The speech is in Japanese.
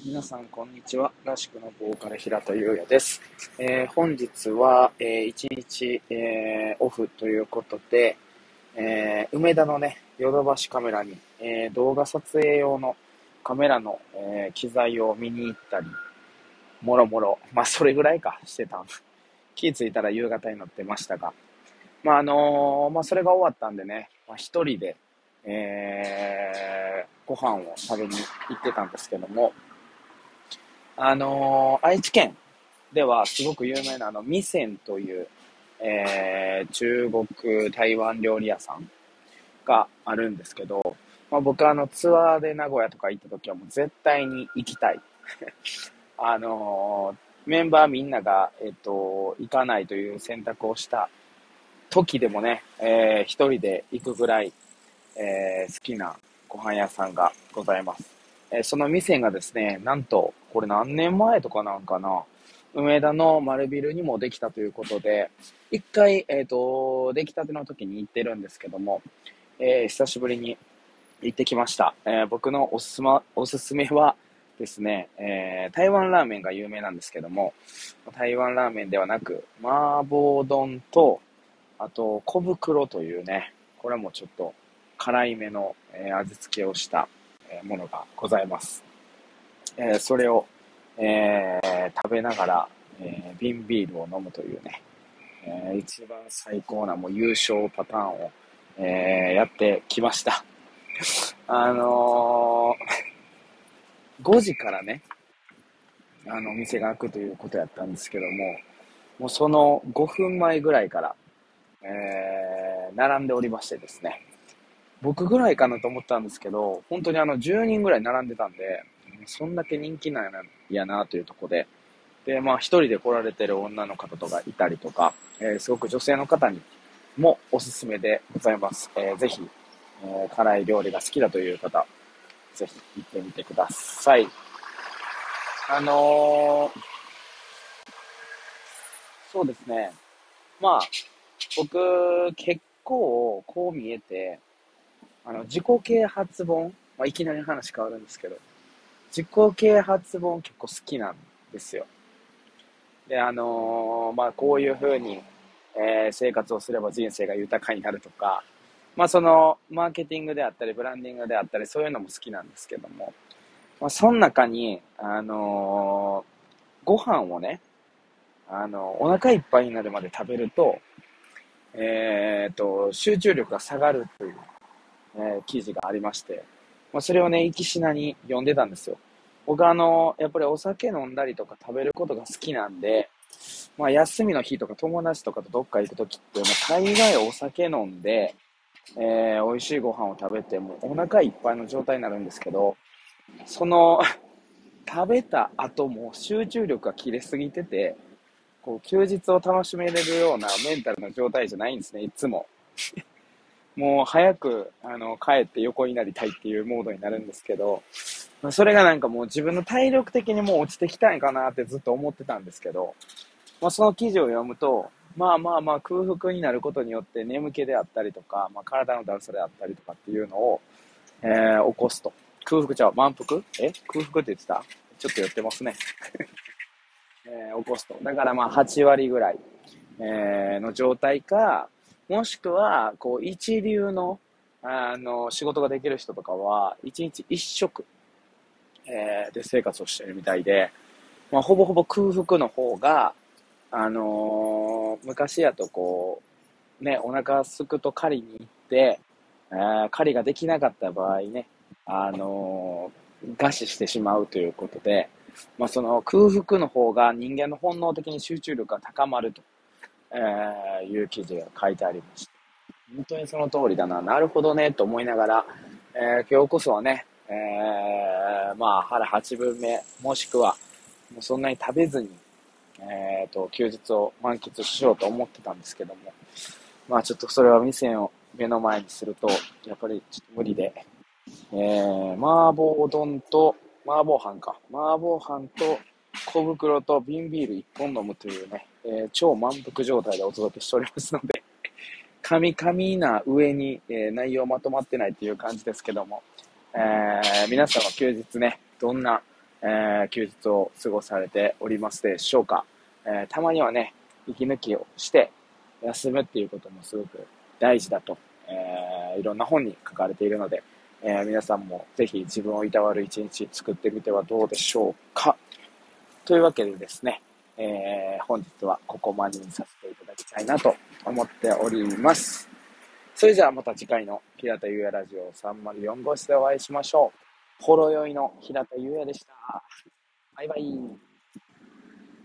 皆さんこんにちは。らしくのボーカル平戸優也です。本日は、1日、オフということで、梅田のね、ヨドバシカメラに、動画撮影用のカメラの、機材を見に行ったり、もろもろ、それぐらいかしてたん。気づいたら夕方になってましたが、それが終わったんでね、一人で、ご飯を食べに行ってたんですけども、愛知県ではすごく有名な味仙という、中国台湾料理屋さんがあるんですけど、僕はツアーで名古屋とか行った時はもう絶対に行きたい。あのーメンバーみんなが、行かないという選択をした時でもね、一人で行くぐらい、好きなご飯屋さんがございます。その店がですね、なんと、これ何年前とかなんかな、梅田の丸ビルにもできたということで、一回、できたての時に行ってるんですけども、久しぶりに行ってきました。僕のおすすめはですね、台湾ラーメンが有名なんですけども、台湾ラーメンではなく、麻婆丼と、あと、小袋というね、これもちょっと辛いめの、味付けをした、ものがございます。それを、食べながら、瓶ビールを飲むというね、一番最高なもう優勝パターンを、やってきました。5時からね、店が開くということやったんですけども、もうその5分前ぐらいから、並んでおりましてですね、僕ぐらいかなと思ったんですけど、本当に10人ぐらい並んでたんで、そんだけ人気なんやなというところで、で、一人で来られてる女の方とかいたりとか、すごく女性の方にもおすすめでございます。ぜひ、辛い料理が好きだという方、ぜひ行ってみてください。あのーそうですね。まあ、僕、結構、こう見えて、自己啓発本、いきなり話変わるんですけど、自己啓発本結構好きなんですよ。で、こういう風に、生活をすれば人生が豊かになるとか、その、マーケティングであったり、ブランディングであったり、そういうのも好きなんですけども、その中に、ご飯をね、お腹いっぱいになるまで食べると、集中力が下がるという、記事がありまして、それをね、行きしなに読んでたんですよ。僕はやっぱりお酒飲んだりとか食べることが好きなんで、休みの日とか友達とかとどっか行くときって、大概お酒飲んで、美味しいご飯を食べて、もうお腹いっぱいの状態になるんですけど、その食べた後も集中力が切れすぎてて、こう休日を楽しめれるようなメンタルの状態じゃないんですね、いつも。もう早く帰って横になりたいっていうモードになるんですけど、それがなんかもう自分の体力的にもう落ちてきたんかなってずっと思ってたんですけど、その記事を読むと、空腹になることによって眠気であったりとか、体のだるさであったりとかっていうのを、起こすと。空腹ちゃう、満腹空腹って言ってた、ちょっと寄ってますね。起こすと。だから8割ぐらい、の状態か、もしくは、こう、一流の、仕事ができる人とかは、一日一食、で生活をしているみたいで、ほぼほぼ空腹の方が、昔やとこう、ね、お腹すくと狩りに行って、狩りができなかった場合ね、餓死してしまうということで、その空腹の方が人間の本能的に集中力が高まると、いう記事が書いてありました。本当にその通りだな、なるほどね、と思いながら、今日こそはね、腹8分目、もしくは、もうそんなに食べずに、休日を満喫しようと思ってたんですけども、ちょっとそれは店を目の前にすると、やっぱりちょっと無理で、麻婆丼と、麻婆飯と小袋と瓶ビール1本飲むというね、超満腹状態でお届けしておりますので、カミカミな上に、内容まとまってないという感じですけども、皆さんは休日ね、どんな、 休日を過ごされておりますでしょうか。たまにはね、息抜きをして休むっていうこともすごく大事だと、いろんな本に書かれているので、皆さんもぜひ自分をいたわる一日作ってみてはどうでしょうか。というわけでですね、本日はここまでにさせていただきたいなと思っております。それじゃあまた次回の平田優也ラジオ304号室でお会いしましょう。ほろ酔いの平田優也でした。バイバイ。